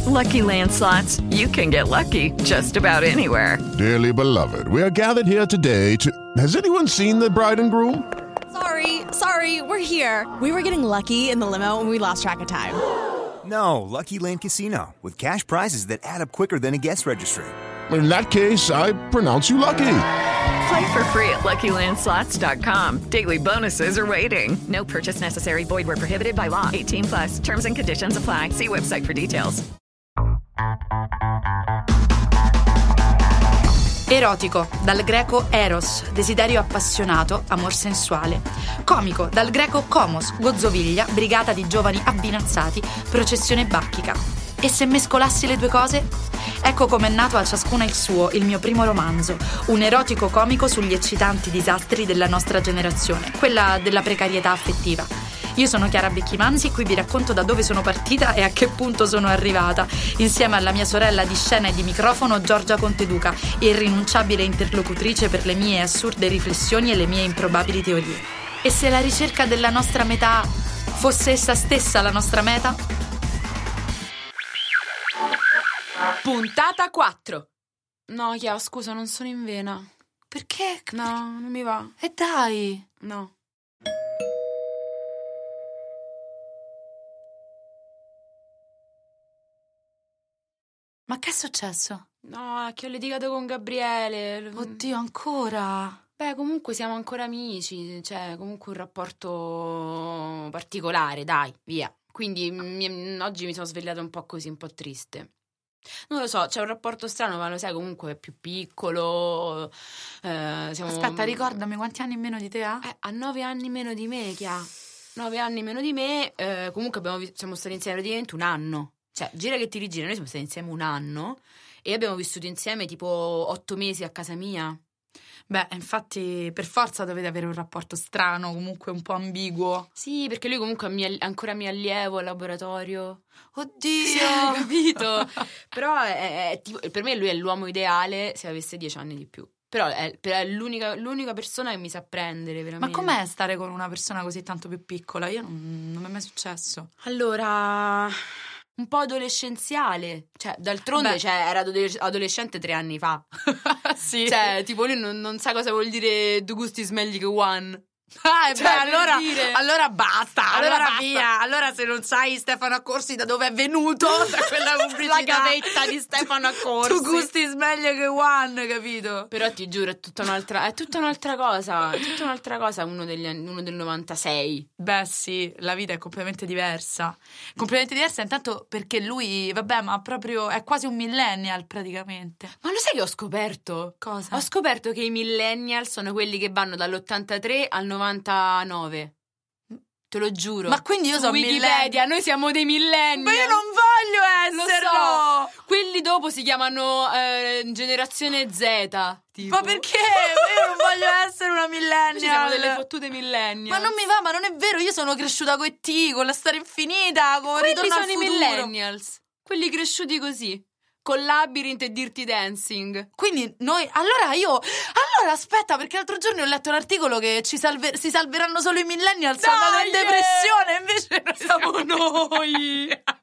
Lucky Land Slots, you can get lucky just about anywhere. Dearly beloved, we are gathered here today to... Has anyone seen the bride and groom? Sorry, we're here. We were getting lucky in the limo and we lost track of time. No, Lucky Land Casino, with cash prizes that add up quicker than a guest registry. In that case, I pronounce you lucky. Play for free at LuckyLandSlots.com. Daily bonuses are waiting. No purchase necessary. Void where prohibited by law. 18+. Terms and conditions apply. See website for details. Erotico, dal greco eros, desiderio appassionato, amor sensuale. Comico, dal greco komos, gozzoviglia, brigata di giovani abbinazzati, processione bacchica. E se mescolassi le due cose? Ecco com'è nato a ciascuna il suo, il mio primo romanzo, un erotico comico sugli eccitanti disastri della nostra generazione, quella della precarietà affettiva. Io sono Chiara Becchimanzi, qui vi racconto da dove sono partita e a che punto sono arrivata, insieme alla mia sorella di scena e di microfono Giorgia Conteduca, irrinunciabile interlocutrice per le mie assurde riflessioni e le mie improbabili teorie. E se la ricerca della nostra metà fosse essa stessa la nostra meta? Puntata 4. No, Chiara, scusa, non sono in vena. Perché? No, non mi va. E dai! No. Ma che è successo? No, è che ho litigato con Gabriele. Oddio, ancora? Beh, comunque siamo ancora amici, cioè comunque un rapporto particolare, dai, via. Quindi oggi mi sono svegliata un po' così, un po' triste. Non lo so, c'è un rapporto strano, ma lo sai, comunque è più piccolo. Aspetta, ricordami, quanti anni in meno di te ha? Ha 9 anni meno di me, Chia. 9 anni meno di me, comunque siamo stati insieme praticamente un anno. Cioè, gira che ti rigira, noi siamo stati insieme un anno e abbiamo vissuto insieme tipo 8 mesi a casa mia. Beh, infatti per forza dovete avere un rapporto strano, comunque un po' ambiguo. Sì, perché lui comunque è ancora mio allievo al laboratorio. Oddio! Sì, capito? Però tipo, per me lui è l'uomo ideale se avesse 10 anni di più. Però è l'unica persona che mi sa prendere, veramente. Ma com'è stare con una persona così tanto più piccola? Io non mi è mai successo. Allora, un po' adolescenziale. Cioè, d'altronde era adolescente 3 anni fa. Sì. Cioè, tipo lui non sa cosa vuol dire "due gusti smelli che one". Cioè, allora basta, allora via. Allora se non sai Stefano Accorsi da dove è venuto, da quella pubblicità, la gavetta di Stefano Accorsi, tu gusti meglio che one, capito? Però ti giuro, è tutta un'altra cosa. È tutta un'altra cosa uno del 96. Beh sì, la vita è completamente diversa. Completamente diversa intanto perché lui, vabbè, ma proprio è quasi un millennial praticamente. Ma lo sai che ho scoperto? Cosa? Ho scoperto che i millennial sono quelli che vanno dall'83 al 99. Te lo giuro. Ma quindi io sono Wikipedia, noi siamo dei millennial. Ma io non voglio esserlo. Lo so. Quelli dopo si chiamano generazione Z. Tipo. Ma perché? Io non voglio essere una millennial. Noi siamo delle fottute millennial. Ma non mi va, ma non è vero. Io sono cresciuta con E.T., con La storia infinita, con Quelli Ritorno al sono i futuro. millennials. Quelli cresciuti così. Con Labyrinth e Dirty Dancing. Quindi noi... Allora aspetta, perché l'altro giorno ho letto un articolo che si salveranno solo i millennials andando in depressione. Invece noi siamo noi.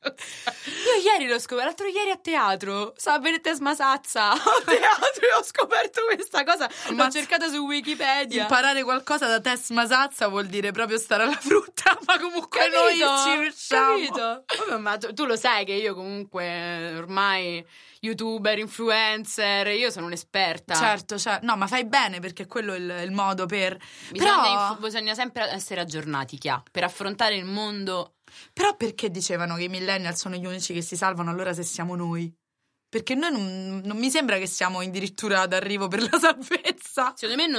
Io ieri l'ho scoperto, l'altro ieri a teatro. Stava a vedere Tesma Sazza a teatro e ho scoperto questa cosa. L'ho cercata su Wikipedia. Imparare qualcosa da Tess Masazza vuol dire proprio stare alla frutta. Ma comunque noi ci riusciamo. Capito? Vabbè, ma tu lo sai che io comunque ormai youtuber, influencer, io sono un'esperta. Certo. No, ma fai bene, perché quello è il modo per... Bisogna sempre essere aggiornati, per affrontare il mondo. Però perché dicevano che i millennial sono gli unici che si salvano, allora se siamo noi? Perché noi non mi sembra che siamo addirittura d'arrivo per la salvezza. Secondo me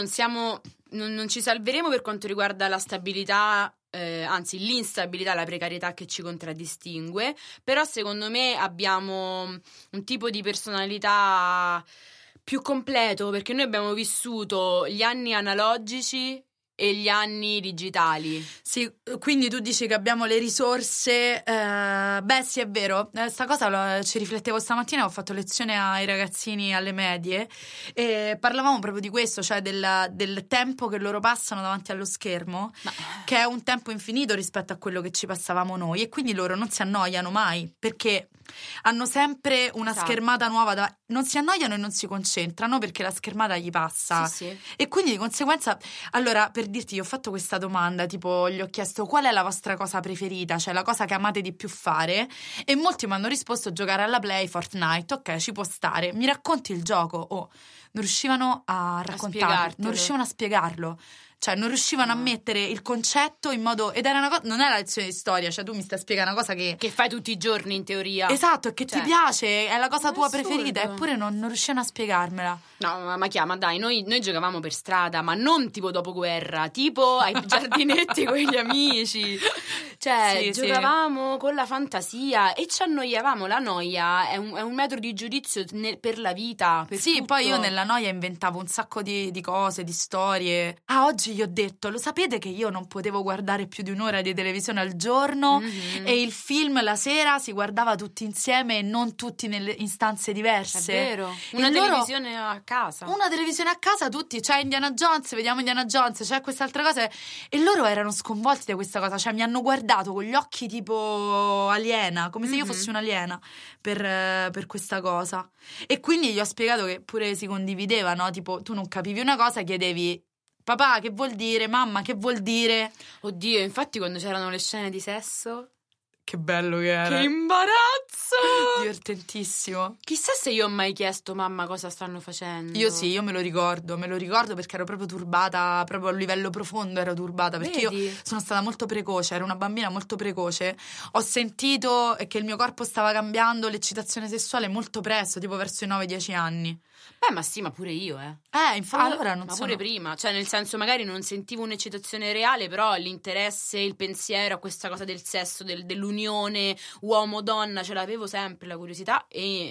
non ci salveremo per quanto riguarda la stabilità, anzi l'instabilità, la precarietà che ci contraddistingue, però secondo me abbiamo un tipo di personalità più completo, perché noi abbiamo vissuto gli anni analogici e gli anni digitali. Sì, quindi tu dici che abbiamo le risorse. Beh, sì, è vero. Sta cosa ci riflettevo stamattina, ho fatto lezione ai ragazzini alle medie e parlavamo proprio di questo, cioè del tempo che loro passano davanti allo schermo, che è un tempo infinito rispetto a quello che ci passavamo noi, e quindi loro non si annoiano mai, perché hanno sempre una schermata nuova, non si annoiano e non si concentrano perché la schermata gli passa. Sì. E quindi di conseguenza, allora, per dirti, io ho fatto questa domanda, tipo gli ho chiesto qual è la vostra cosa preferita, cioè la cosa che amate di più fare, e molti mi hanno risposto giocare alla Play, Fortnite. Ok, ci può stare, mi racconti il gioco? Non riuscivano a raccontarlo, non riuscivano a spiegarlo. Cioè non riuscivano a mettere il concetto in modo, ed era una cosa, non è la lezione di storia, cioè tu mi stai spiegando una cosa che fai tutti i giorni in teoria. Esatto, e che ti piace, è la cosa tua assurdo. Preferita, eppure non riuscivano a spiegarmela. No, ma chiama, dai, noi giocavamo per strada, ma non tipo dopoguerra, tipo ai giardinetti con gli amici. Cioè, giocavamo con la fantasia e ci annoiavamo. La noia è un metro di giudizio per la vita. Per tutto. Poi io nella noia inventavo un sacco di cose, di storie. Oggi gli ho detto, lo sapete che io non potevo guardare più di un'ora di televisione al giorno, e il film la sera si guardava tutti insieme e non tutti in stanze diverse. È vero. Una televisione a casa. Una televisione a casa, tutti, c'è Indiana Jones, vediamo Indiana Jones, c'è quest'altra cosa, e loro erano sconvolti da questa cosa, cioè mi hanno guardato con gli occhi tipo aliena, come se io fossi un'aliena per questa cosa. E quindi gli ho spiegato che pure si condivideva, no? Tipo, tu non capivi una cosa, chiedevi papà che vuol dire, mamma che vuol dire. Oddio, infatti quando c'erano le scene di sesso, che bello che era. Che imbarazzo! Divertentissimo. Chissà se io ho mai chiesto mamma cosa stanno facendo. Io sì, io me lo ricordo perché ero proprio turbata, proprio a livello profondo ero turbata, perché Vedi? io sono stata molto precoce, ero una bambina molto precoce. Ho sentito che il mio corpo stava cambiando, l'eccitazione sessuale molto presto, tipo verso i 9-10 anni. Beh, ma sì, ma pure io, infatti, allora non ma sono... pure prima, cioè nel senso magari non sentivo un'eccitazione reale, però l'interesse, il pensiero a questa cosa del sesso, dell'unione uomo-donna ce l'avevo sempre, la curiosità, e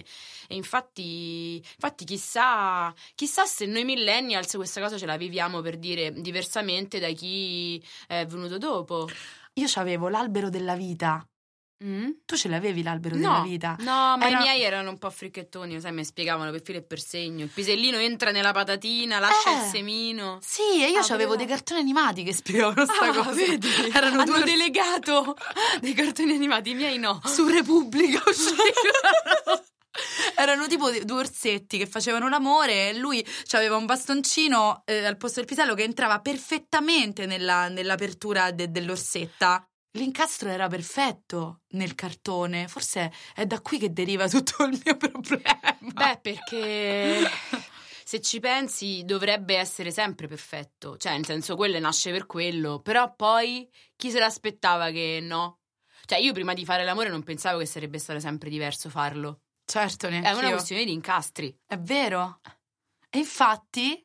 infatti chissà se noi millennials questa cosa ce la viviamo, per dire, diversamente da chi è venuto dopo. Io c'avevo l'albero della vita. Tu ce l'avevi l'albero No, della vita? no, ma i miei erano un po' fricchettoni, sai, mi spiegavano per filo e per segno. Il pisellino entra nella patatina, lascia il semino. Sì, e io c'avevo dei cartoni animati che spiegavano sta cosa. Vedi? Erano Hanno delegato dei cartoni animati, i miei no. Su Repubblica uscivano. Erano tipo due orsetti che facevano l'amore, e lui aveva un bastoncino al posto del pisello che entrava perfettamente nell'apertura dell'orsetta. L'incastro era perfetto nel cartone, forse è da qui che deriva tutto il mio problema. Beh, perché se ci pensi dovrebbe essere sempre perfetto, cioè nel senso quello nasce per quello, però poi chi se l'aspettava che no? Cioè io prima di fare l'amore non pensavo che sarebbe stato sempre diverso farlo. Certo, neanche è una io. questione di incastri. È vero. E infatti,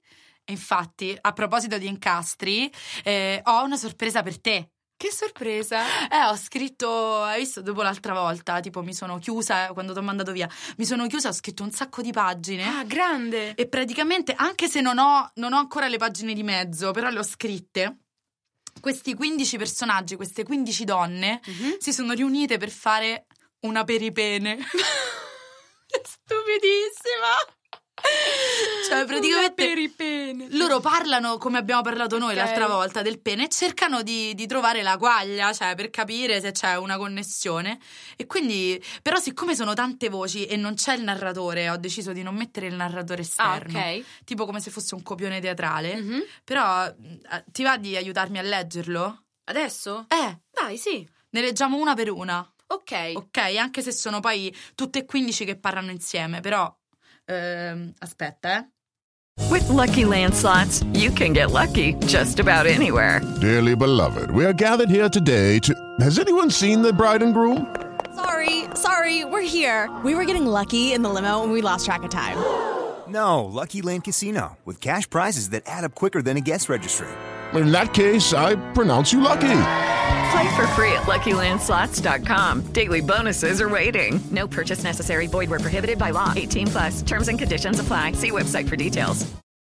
a proposito di incastri, ho una sorpresa per te. Che sorpresa! Ho scritto, hai visto, dopo l'altra volta, tipo mi sono chiusa, quando ti ho mandato via, mi sono chiusa, ho scritto un sacco di pagine. Ah, grande! E praticamente, anche se non ho ancora le pagine di mezzo, però le ho scritte, questi 15 personaggi, queste 15 donne, si sono riunite per fare una peripene. Stupidissima! Cioè praticamente loro parlano come abbiamo parlato noi l'altra volta del pene, e cercano di trovare la quaglia, cioè per capire se c'è una connessione. E quindi, però, siccome sono tante voci e non c'è il narratore, ho deciso di non mettere il narratore esterno, tipo come se fosse un copione teatrale. Però ti va di aiutarmi a leggerlo? Adesso? Dai, sì. Ne leggiamo una per una. Ok, anche se sono poi tutte e 15 che parlano insieme, però aspetta, With Lucky Land Slots, you can get lucky just about anywhere. Dearly beloved, we are gathered here today to... Has anyone seen the bride and groom? Sorry, we're here. We were getting lucky in the limo and we lost track of time. No, Lucky Land Casino, with cash prizes that add up quicker than a guest registry. In that case, I pronounce you lucky. Play for free at LuckyLandSlots.com. Daily bonuses are waiting. No purchase necessary. Void where prohibited by law. 18+. Terms and conditions apply. See website for details.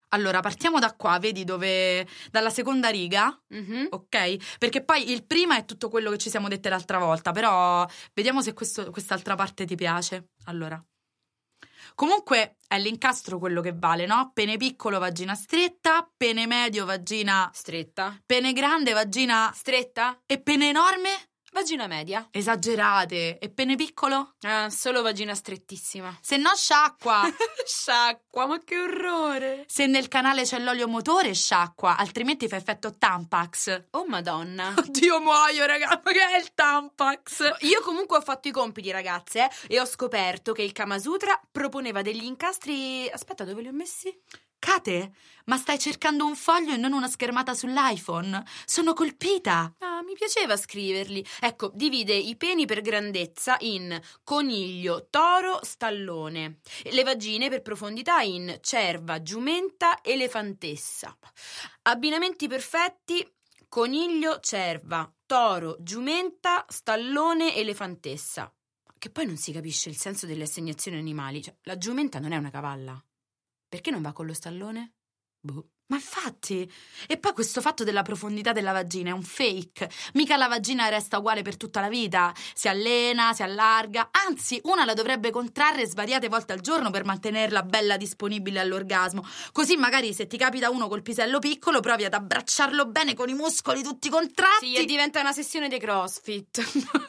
Allora, partiamo da qua, vedi dove... Dalla seconda riga, ok? Perché poi il prima è tutto quello che ci siamo dette l'altra volta, però vediamo se quest'altra parte ti piace. Allora, comunque è l'incastro quello che vale, no? Pene piccolo, vagina stretta, pene medio, vagina... Stretta. Pene grande, vagina... Stretta. E pene enorme? Vagina media. Esagerate. E pene piccolo? Solo vagina strettissima. Se no sciacqua. Sciacqua, ma che orrore. Se nel canale c'è l'olio motore sciacqua, altrimenti fa effetto Tampax. Oh madonna. Oddio, muoio, raga, ma che è il Tampax? Io comunque ho fatto i compiti, ragazze, e ho scoperto che il Kama Sutra proponeva degli incastri... Aspetta, dove li ho messi? Kate, ma stai cercando un foglio e non una schermata sull'iPhone? Sono colpita. Mi piaceva scriverli. Ecco, divide i peni per grandezza in coniglio, toro, stallone. Le vagine per profondità in cerva, giumenta, elefantessa. Abbinamenti perfetti: coniglio, cerva, toro, giumenta, stallone, elefantessa. Che poi non si capisce il senso delle assegnazioni animali. Cioè, la giumenta non è una cavalla. Perché non va con lo stallone? Boh. Ma infatti, e poi questo fatto della profondità della vagina è un fake. Mica la vagina resta uguale per tutta la vita. Si allena, si allarga. Anzi, una la dovrebbe contrarre svariate volte al giorno per mantenerla bella disponibile all'orgasmo. Così magari se ti capita uno col pisello piccolo provi ad abbracciarlo bene con i muscoli tutti contratti. Sì, e diventa una sessione di CrossFit.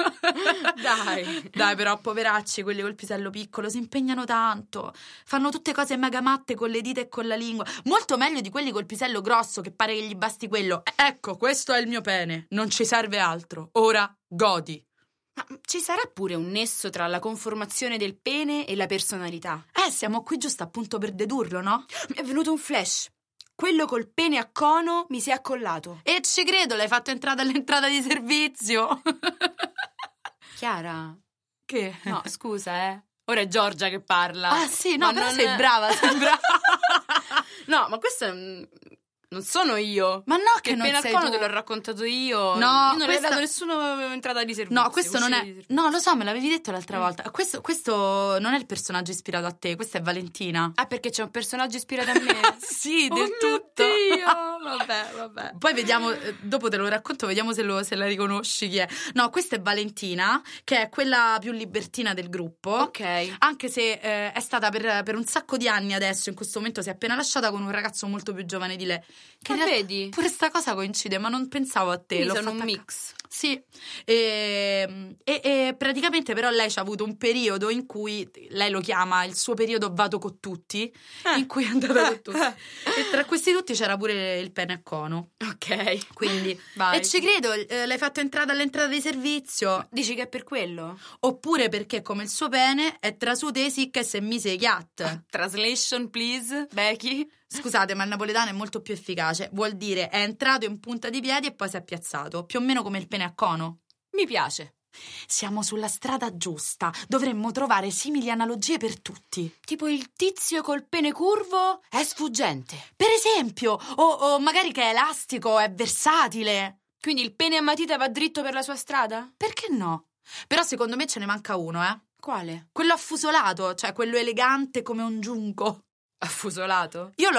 Dai, però poveracci quelli col pisello piccolo si impegnano tanto. Fanno tutte cose mega matte con le dita e con la lingua. Molto meglio di quelli col pisello grosso che pare che gli basti quello. Ecco, questo è il mio pene, non ci serve altro. Ora godi. Ma ci sarà pure un nesso tra la conformazione del pene e la personalità? Siamo qui giusto appunto per dedurlo, no? Mi è venuto un flash. Quello col pene a cono mi si è accollato. E ci credo, l'hai fatto entrare all'entrata di servizio. Chiara? Che? No, scusa, Ora è Giorgia che parla. Ah sì, no, ma però non... sei brava, sei brava. No, ma questo non sono io. Ma no, che non sei tu. Appena te l'ho raccontato io. No, io non le ho dato nessuna entrata di servizio. No, questo non è... No, lo so, me l'avevi detto l'altra volta. Questo non è il personaggio ispirato a te, questa è Valentina. Ah, perché c'è un personaggio ispirato a me? Sì, del Mio tutto. Dio. Vabbè. Poi vediamo, dopo te lo racconto, vediamo se la riconosci chi è. No, questa è Valentina, che è quella più libertina del gruppo. Ok. Anche se è stata per un sacco di anni adesso, in questo momento si è appena lasciata con un ragazzo molto più giovane di lei. Che vedi? Pure sta cosa coincide, ma non pensavo a te. Quindi sono un mix. Sì. E praticamente però lei c'ha avuto un periodo in cui, lei lo chiama il suo periodo vado con tutti, in cui è andata con tutti. E tra questi tutti c'era pure il pene a cono. Ok. Quindi, vai. E ci credo, l'hai fatto entrare all'entrata di servizio. Dici che è per quello? Oppure perché come il suo pene è trasute sic e se mise chiat. Translation, please, Becky. Scusate, ma il napoletano è molto più efficace. Vuol dire è entrato in punta di piedi e poi si è piazzato. Più o meno come il pene a cono. Mi piace. Siamo sulla strada giusta. Dovremmo trovare simili analogie per tutti. Tipo il tizio col pene curvo è sfuggente. Per esempio. O magari che è elastico, è versatile. Quindi il pene a matita va dritto per la sua strada? Perché no? Però secondo me ce ne manca uno, Quale? Quello affusolato, cioè quello elegante come un giunco. Affusolato? Io l'ho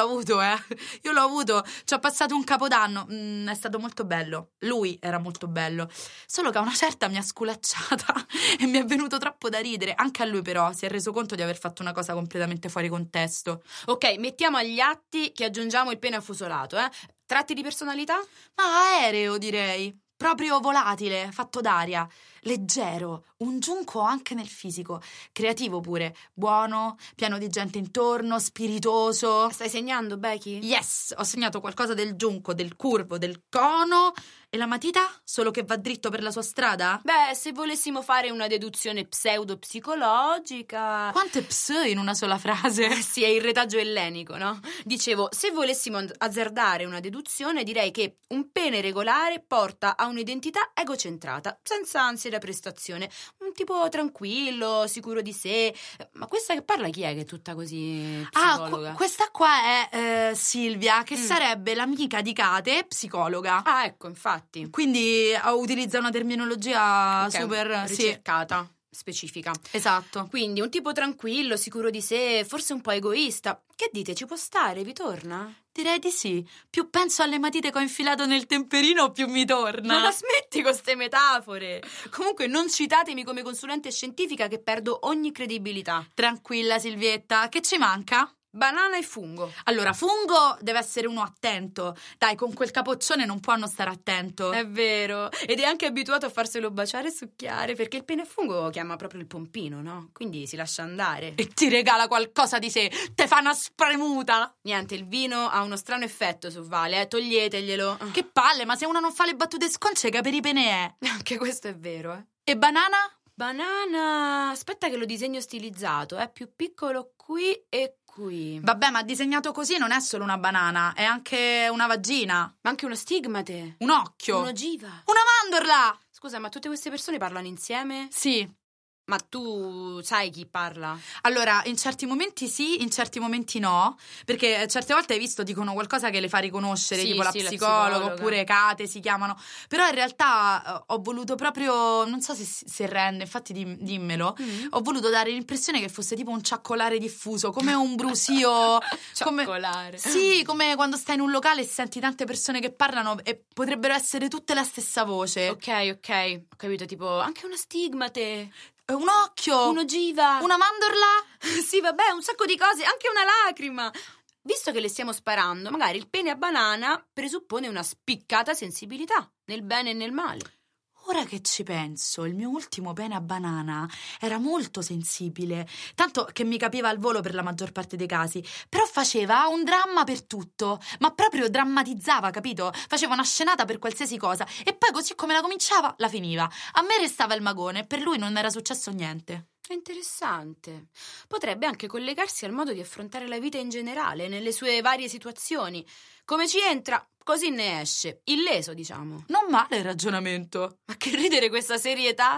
avuto, ci ho passato un capodanno, è stato molto bello, lui era molto bello, solo che a una certa mi ha sculacciata e mi è venuto troppo da ridere, anche a lui però si è reso conto di aver fatto una cosa completamente fuori contesto. Ok, mettiamo agli atti che aggiungiamo il pene affusolato, Tratti di personalità? Ma aereo direi, proprio volatile, fatto d'aria, leggero, un giunco anche nel fisico, creativo pure, buono, pieno di gente intorno, spiritoso. Stai segnando, Becky? Yes, ho segnato qualcosa del giunco, del curvo, del cono. E la matita? Solo che va dritto per la sua strada? Beh, se volessimo fare una deduzione pseudo-psicologica... Quante ps in una sola frase? Sì, è il retaggio ellenico, no? Dicevo, se volessimo azzardare una deduzione, direi che un pene regolare porta a un'identità egocentrata, senza ansia da prestazione. Un tipo tranquillo, sicuro di sé. Ma questa che parla chi è che è tutta così psicologa? Questa qua è Silvia, che sarebbe l'amica di Kate, psicologa. Ah, ecco, infatti. Quindi utilizza una terminologia super ricercata. specifica. Esatto. Quindi un tipo tranquillo, sicuro di sé, forse un po' egoista. Che dite, ci può stare? Vi torna? Direi di sì. Più penso alle matite che ho infilato nel temperino, più mi torna. Ma la smetti con ste metafore. Comunque non citatemi come consulente scientifica che perdo ogni credibilità. Tranquilla Silvietta, che ci manca? Banana e fungo. Allora, fungo deve essere uno attento. Dai, con quel capoccione non può non stare attento. È vero. Ed è anche abituato a farselo baciare e succhiare, perché il pene a fungo chiama proprio il pompino, no? Quindi si lascia andare. E ti regala qualcosa di sé. Te fa una spremuta. Niente, il vino ha uno strano effetto su Vale, toglieteglielo. Che palle, ma se una non fa le battute sconce, che per i pene è? Anche questo è vero, eh. E banana? Banana, aspetta che lo disegno stilizzato, è più piccolo qui e qui. Vabbè, ma disegnato così non è solo una banana, è anche una vagina. Ma anche uno stigmate. Un occhio. Un'ogiva. Una mandorla. Scusa, ma tutte queste persone parlano insieme? Sì. Ma tu sai chi parla? Allora, in certi momenti sì, in certi momenti no, perché certe volte hai visto dicono qualcosa che le fa riconoscere, Sì, tipo la sì, la psicologa, psicologa. oppure Kate si chiamano, però in realtà ho voluto proprio, non so se rende, infatti dimmelo, ho voluto dare l'impressione che fosse tipo un ciaccolare diffuso, come un brusio. Ciaccolare. Sì, come quando stai in un locale e senti tante persone che parlano e potrebbero essere tutte la stessa voce. Ok, ho capito, tipo anche uno stigmate. Un occhio, Un'ogiva. una mandorla. Sì, vabbè, un sacco di cose, anche una lacrima. Visto che le stiamo sparando, magari il pene a banana presuppone una spiccata sensibilità, nel bene e nel male. Ora che ci penso, il mio ultimo pene a banana era molto sensibile, tanto che mi capiva al volo per la maggior parte dei casi, però faceva un dramma per tutto, ma proprio drammatizzava, capito? Faceva una scenata per qualsiasi cosa e poi così come la cominciava, la finiva. A me restava il magone e per lui non era successo niente. È interessante. Potrebbe anche collegarsi al modo di affrontare la vita in generale, nelle sue varie situazioni. Come ci entra, così ne esce. Illeso, diciamo. Non male il ragionamento. Ma che ridere questa serietà.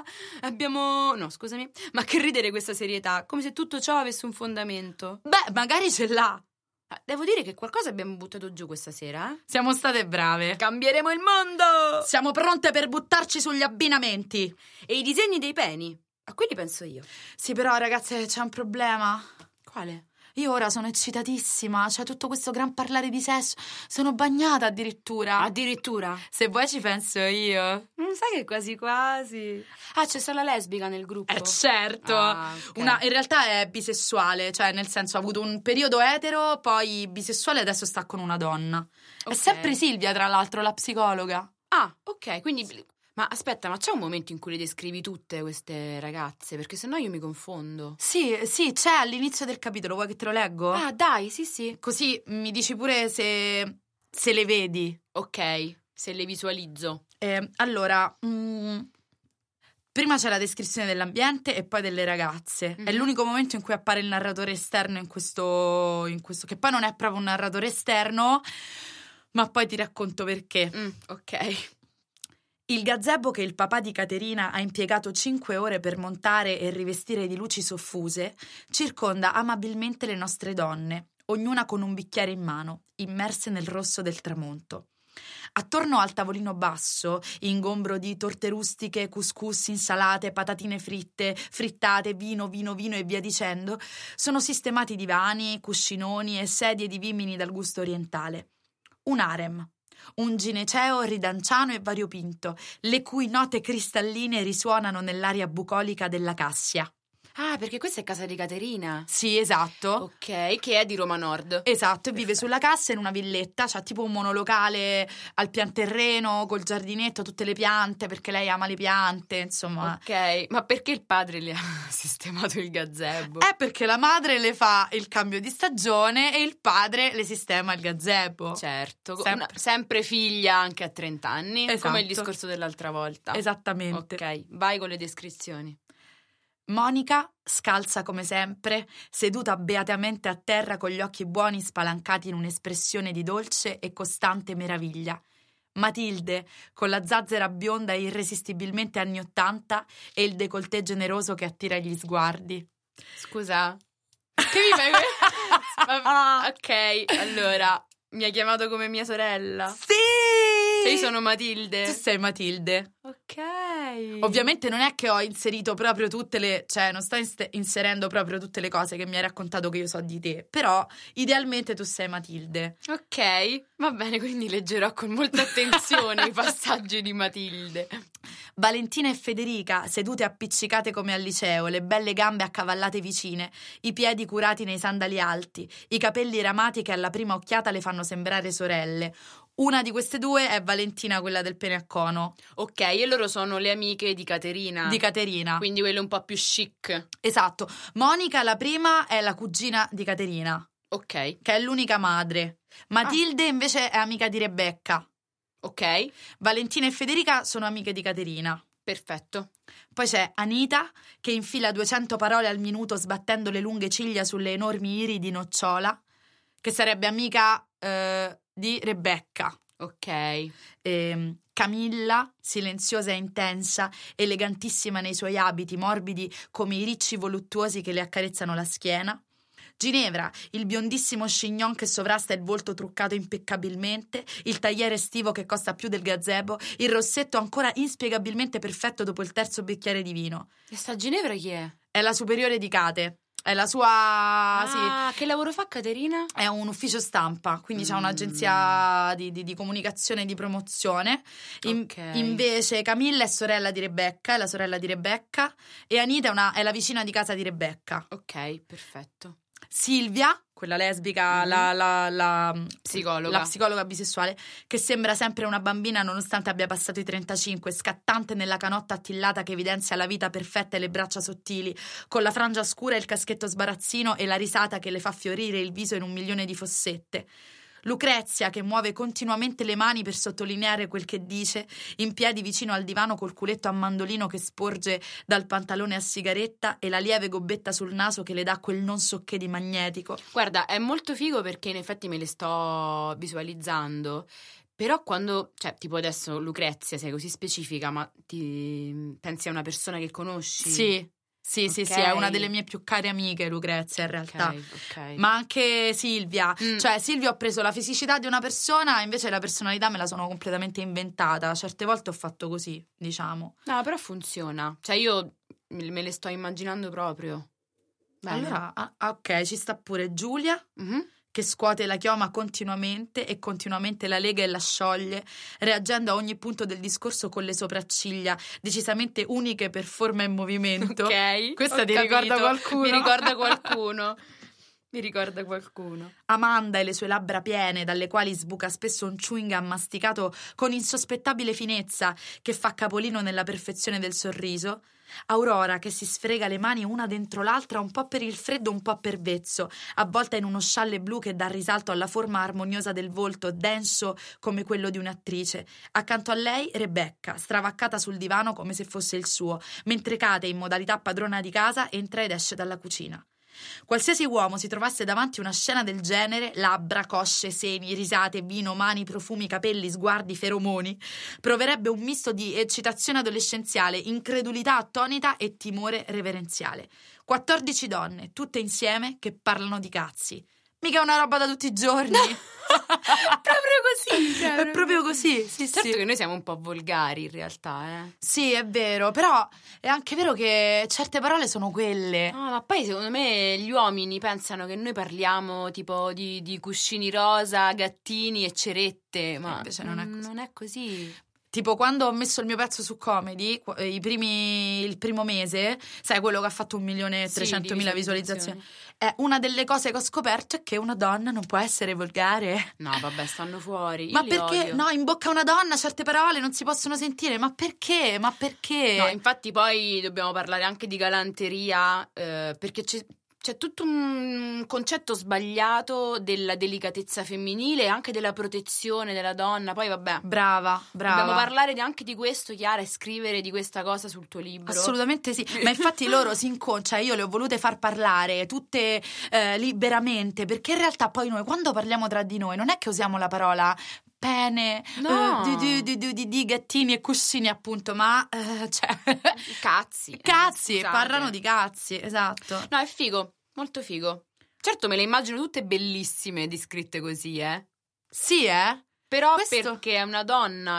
No, scusami. Ma che ridere questa serietà, come se tutto ciò avesse un fondamento. Beh, magari ce l'ha. Devo dire che qualcosa abbiamo buttato giù questa sera, eh? Siamo state brave. Cambieremo il mondo! Siamo pronte per buttarci sugli abbinamenti. E i disegni dei peni? A quelli penso io. Sì, però ragazze, c'è un problema. Quale? Io ora sono eccitatissima, c'è tutto questo gran parlare di sesso, sono bagnata addirittura. Addirittura? Se vuoi ci penso io. Non sai che quasi quasi. Ah, c'è solo la lesbica nel gruppo? Certo. Ok. In realtà è bisessuale, cioè nel senso ha avuto un periodo etero, poi bisessuale e adesso sta con una donna. È Ok. sempre Silvia, tra l'altro, la psicologa. Ah, ok, quindi... Ma aspetta, ma c'è un momento in cui le descrivi tutte queste ragazze? Perché sennò io mi confondo. Sì, c'è all'inizio del capitolo, vuoi che te lo leggo? Ah, dai, sì. Così mi dici pure se le vedi. Ok, se le visualizzo. Allora, prima c'è la descrizione dell'ambiente e poi delle ragazze. È l'unico momento in cui appare il narratore esterno in questo che poi non è proprio un narratore esterno, ma poi ti racconto perché. Ok. Il gazebo che il papà di Caterina ha impiegato 5 ore per montare e rivestire di luci soffuse circonda amabilmente le nostre donne, ognuna con un bicchiere in mano, immerse nel rosso del tramonto. Attorno al tavolino basso, ingombro di torte rustiche, couscous, insalate, patatine fritte, frittate, vino e via dicendo, sono sistemati divani, cuscinoni e sedie di vimini dal gusto orientale. Un harem. Un gineceo ridanciano e variopinto, le cui note cristalline risuonano nell'aria bucolica della Cassia. Ah, perché questa è casa di Caterina. Sì, esatto. Ok, che è di Roma Nord. Esatto, e vive sulla Cassa in una villetta, c'ha tipo un monolocale al pianterreno col giardinetto, tutte le piante, perché lei ama le piante, insomma. Ok, ma perché il padre le ha sistemato il gazebo? È perché la madre le fa il cambio di stagione e il padre le sistema il gazebo. Certo, Sempre. sempre figlia anche a 30 anni, Esatto. come il discorso dell'altra volta. Esattamente. Ok, vai con le descrizioni. Monica, scalza come sempre, seduta beatamente a terra con gli occhi buoni spalancati in un'espressione di dolce e costante meraviglia. Matilde, con la zazzera bionda e irresistibilmente anni 80 e il décolleté generoso che attira gli sguardi. Scusa, che mi fai? Ok, allora, mi ha chiamato come mia sorella. Sì! Cioè, io sono Matilde. Tu sei Matilde. Ok. Ovviamente non è che ho inserito proprio tutte le, cioè non sto inserendo proprio tutte le cose che mi hai raccontato che io so di te, però idealmente tu sei Matilde. Ok, va bene, quindi leggerò con molta attenzione i passaggi di Matilde. Valentina e Federica, sedute appiccicate come al liceo, le belle gambe accavallate vicine, i piedi curati nei sandali alti, i capelli ramati che alla prima occhiata le fanno sembrare sorelle. Una di queste due è Valentina, quella del pene a cono. Ok, e loro sono le amiche di Caterina. Di Caterina. Quindi quelle un po' più chic. Esatto. Monica, la prima, è la cugina di Caterina. Ok. Che è l'unica madre. Matilde invece è amica di Rebecca. Ok. Valentina e Federica sono amiche di Caterina. Perfetto. Poi c'è Anita, che infila 200 parole al minuto sbattendo le lunghe ciglia sulle enormi iri di nocciola, che sarebbe amica di Rebecca. Ok. Camilla, silenziosa e intensa, elegantissima nei suoi abiti morbidi come i ricci voluttuosi che le accarezzano la schiena. Ginevra, il biondissimo chignon che sovrasta il volto truccato impeccabilmente, il tagliere estivo che costa più del gazebo, il rossetto ancora inspiegabilmente perfetto dopo il terzo bicchiere di vino. E sta Ginevra chi è? È la superiore di Cate. È la sua... Ah, sì. Che lavoro fa Caterina? È un ufficio stampa, quindi c'ha un'agenzia di comunicazione e di promozione. Invece Camilla è sorella di Rebecca, è la sorella di Rebecca, e Anita è la vicina di casa di Rebecca. Ok, perfetto. Silvia, quella lesbica, la psicologa bisessuale, che sembra sempre una bambina nonostante abbia passato i 35, scattante nella canotta attillata che evidenzia la vita perfetta e le braccia sottili, con la frangia scura e il caschetto sbarazzino e la risata che le fa fiorire il viso in 1.000.000 di fossette. Lucrezia, che muove continuamente le mani per sottolineare quel che dice, in piedi vicino al divano col culetto a mandolino che sporge dal pantalone a sigaretta e la lieve gobbetta sul naso che le dà quel non so che di magnetico. Guarda, è molto figo perché in effetti me le sto visualizzando, però quando, cioè tipo adesso Lucrezia sei così specifica, ma ti pensi a una persona che conosci? Sì, Okay. è una delle mie più care amiche, Lucrezia, in realtà. Okay. Ma anche Silvia. Cioè, Silvia ho preso la fisicità di una persona, invece la personalità me la sono completamente inventata. Certe volte ho fatto così, diciamo. No, però funziona. Cioè, io me le sto immaginando proprio. Bene. Allora, ok, ci sta pure Giulia, che scuote la chioma continuamente e continuamente la lega e la scioglie, reagendo a ogni punto del discorso con le sopracciglia, decisamente uniche per forma e movimento. Ok, questa ti ricorda qualcuno? Mi ricorda qualcuno. Mi ricorda qualcuno. Amanda e le sue labbra piene, dalle quali sbuca spesso un chewing gum masticato con insospettabile finezza che fa capolino nella perfezione del sorriso. Aurora, che si sfrega le mani una dentro l'altra un po' per il freddo, un po' per vezzo, avvolta in uno scialle blu che dà risalto alla forma armoniosa del volto, denso come quello di un'attrice. Accanto a lei Rebecca, stravaccata sul divano come se fosse il suo, mentre Kate, in modalità padrona di casa, entra ed esce dalla cucina. Qualsiasi uomo si trovasse davanti una scena del genere, labbra, cosce, seni, risate, vino, mani, profumi, capelli, sguardi, feromoni, proverebbe un misto di eccitazione adolescenziale, incredulità attonita e timore reverenziale. 14 donne, tutte insieme, che parlano di cazzi. Mica una roba da tutti i giorni. Proprio così. È proprio così, sì, certo sì. che noi siamo un po' volgari in realtà, Sì, è vero, però è anche vero che certe parole sono quelle. No, ma poi secondo me gli uomini pensano che noi parliamo tipo di cuscini rosa, gattini e cerette, ma invece non è così. Tipo quando ho messo il mio pezzo su Comedy, il primo mese, sai quello che ha fatto 1.300.000 visualizzazioni? Una delle cose che ho scoperto è che una donna non può essere volgare. No, vabbè, stanno fuori. Ma io perché? odio. No, in bocca a una donna certe parole non si possono sentire. Ma perché? Ma perché? No, infatti poi dobbiamo parlare anche di galanteria, perché c'è tutto un concetto sbagliato della delicatezza femminile e anche della protezione della donna. Poi vabbè, brava. Dobbiamo parlare anche di questo, Chiara, e scrivere di questa cosa sul tuo libro. Assolutamente sì. Ma infatti loro cioè io le ho volute far parlare tutte liberamente, perché in realtà poi noi quando parliamo tra di noi non è che usiamo la parola pene, no. di gattini e cuscini, appunto, ma cioè cazzi, parlano di cazzi, esatto. No, è figo, molto figo. Certo, me le immagino tutte bellissime descritte così, Sì, però questo... perché è una donna che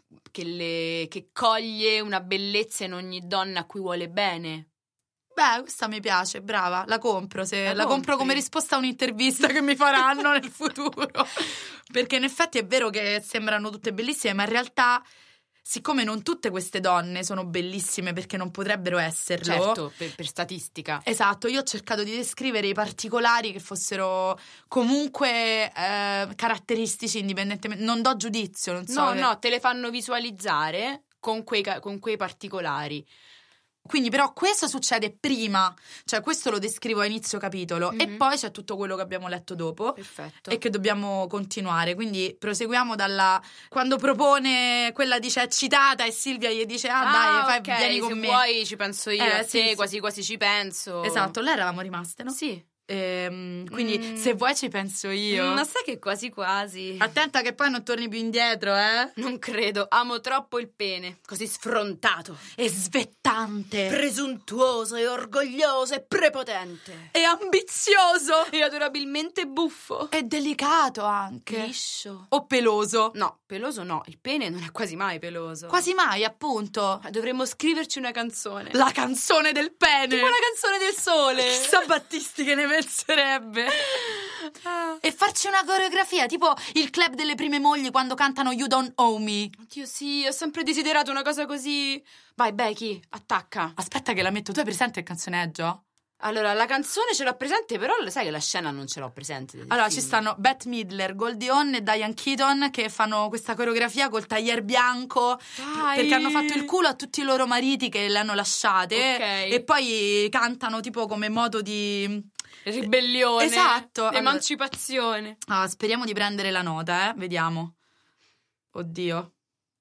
che coglie una bellezza in ogni donna a cui vuole bene. Beh, questa mi piace, brava, la compro, la compro come risposta a un'intervista che mi faranno nel futuro, perché in effetti è vero che sembrano tutte bellissime, ma in realtà, siccome non tutte queste donne sono bellissime perché non potrebbero esserlo, certo, per statistica. Esatto, io ho cercato di descrivere i particolari che fossero comunque caratteristici indipendentemente, non do giudizio, non so. No, te le fanno visualizzare con quei particolari. Quindi però questo succede prima, cioè questo lo descrivo a inizio capitolo, e poi c'è tutto quello che abbiamo letto dopo. Perfetto. E che dobbiamo continuare, quindi proseguiamo quando propone, quella dice è citata e Silvia gli dice dai, okay, vieni con se me. vuoi ci penso io, a te sì. quasi quasi ci penso. Esatto, là eravamo rimaste, no? Sì. Quindi se vuoi ci penso io. Ma sai che quasi quasi. Attenta che poi non torni più indietro, eh? Non credo, amo troppo il pene, così sfrontato e svettante, presuntuoso e orgoglioso e prepotente e ambizioso e adorabilmente buffo e delicato anche, liscio o peloso. No, peloso no, il pene non è quasi mai peloso. Quasi mai, appunto. Dovremmo scriverci una canzone. La canzone del pene, tipo la canzone del sole. Chissà Battisti che ne penserebbe. E farci una coreografia tipo il club delle prime mogli quando cantano You Don't Owe Me. Oddio sì, ho sempre desiderato una cosa così. Vai Becky, attacca. Aspetta che la metto, tu hai presente il canzoneggio? Allora, la canzone ce l'ho presente, però sai che la scena non ce l'ho presente. Allora, film. ci stanno Bette Midler, Goldie Hawn e Diane Keaton che fanno questa coreografia col taglier bianco. Dai. Perché hanno fatto il culo a tutti i loro mariti che le hanno lasciate. Okay. E poi cantano tipo come modo di ribellione. Esatto. Emancipazione. Speriamo di prendere la nota, vediamo. Oddio.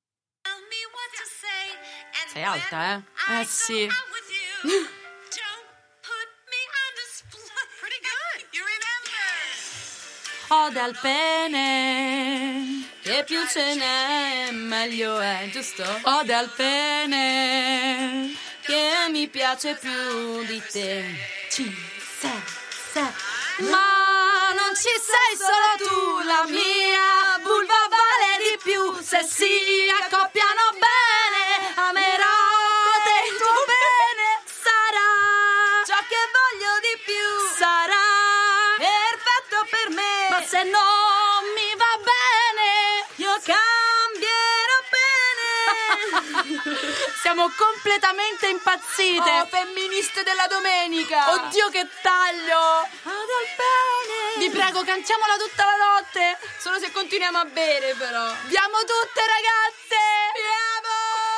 Sei alta, eh? Sì. Ode al pene, che più ce n'è meglio è, giusto? Ode al pene, che mi piace più di te. Ma non ci sei solo tu, la mia vulva vale di più. Se si accoppiano bene, amerò te il tuo bene. Sarà ciò che voglio di più, sarà perfetto per me. Ma se non mi va bene, io cambierò bene. Siamo completamente impazzite. Oh, femministe della domenica. Oddio che taglio. Ode al bene. Vi prego, cantiamola tutta la notte. Solo se continuiamo a bere, però. Viamo tutte, ragazze. Viamo.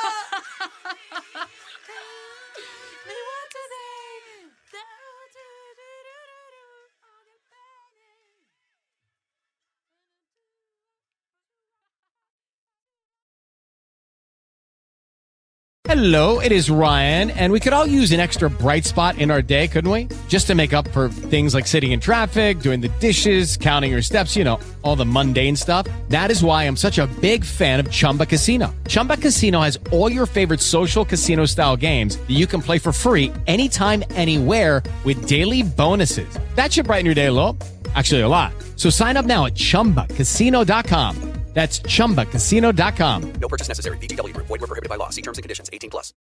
Hello, it is Ryan, and we could all use an extra bright spot in our day, couldn't we? Just to make up for things like sitting in traffic, doing the dishes, counting your steps, you know, all the mundane stuff. That is why I'm such a big fan of Chumba Casino. Chumba Casino has all your favorite social casino-style games that you can play for free anytime, anywhere with daily bonuses. That should brighten your day a little. Actually, a lot. So sign up now at ChumbaCasino.com. That's ChumbaCasino.com. No purchase necessary. VGW Group. Void where prohibited by law. See terms and conditions. 18+.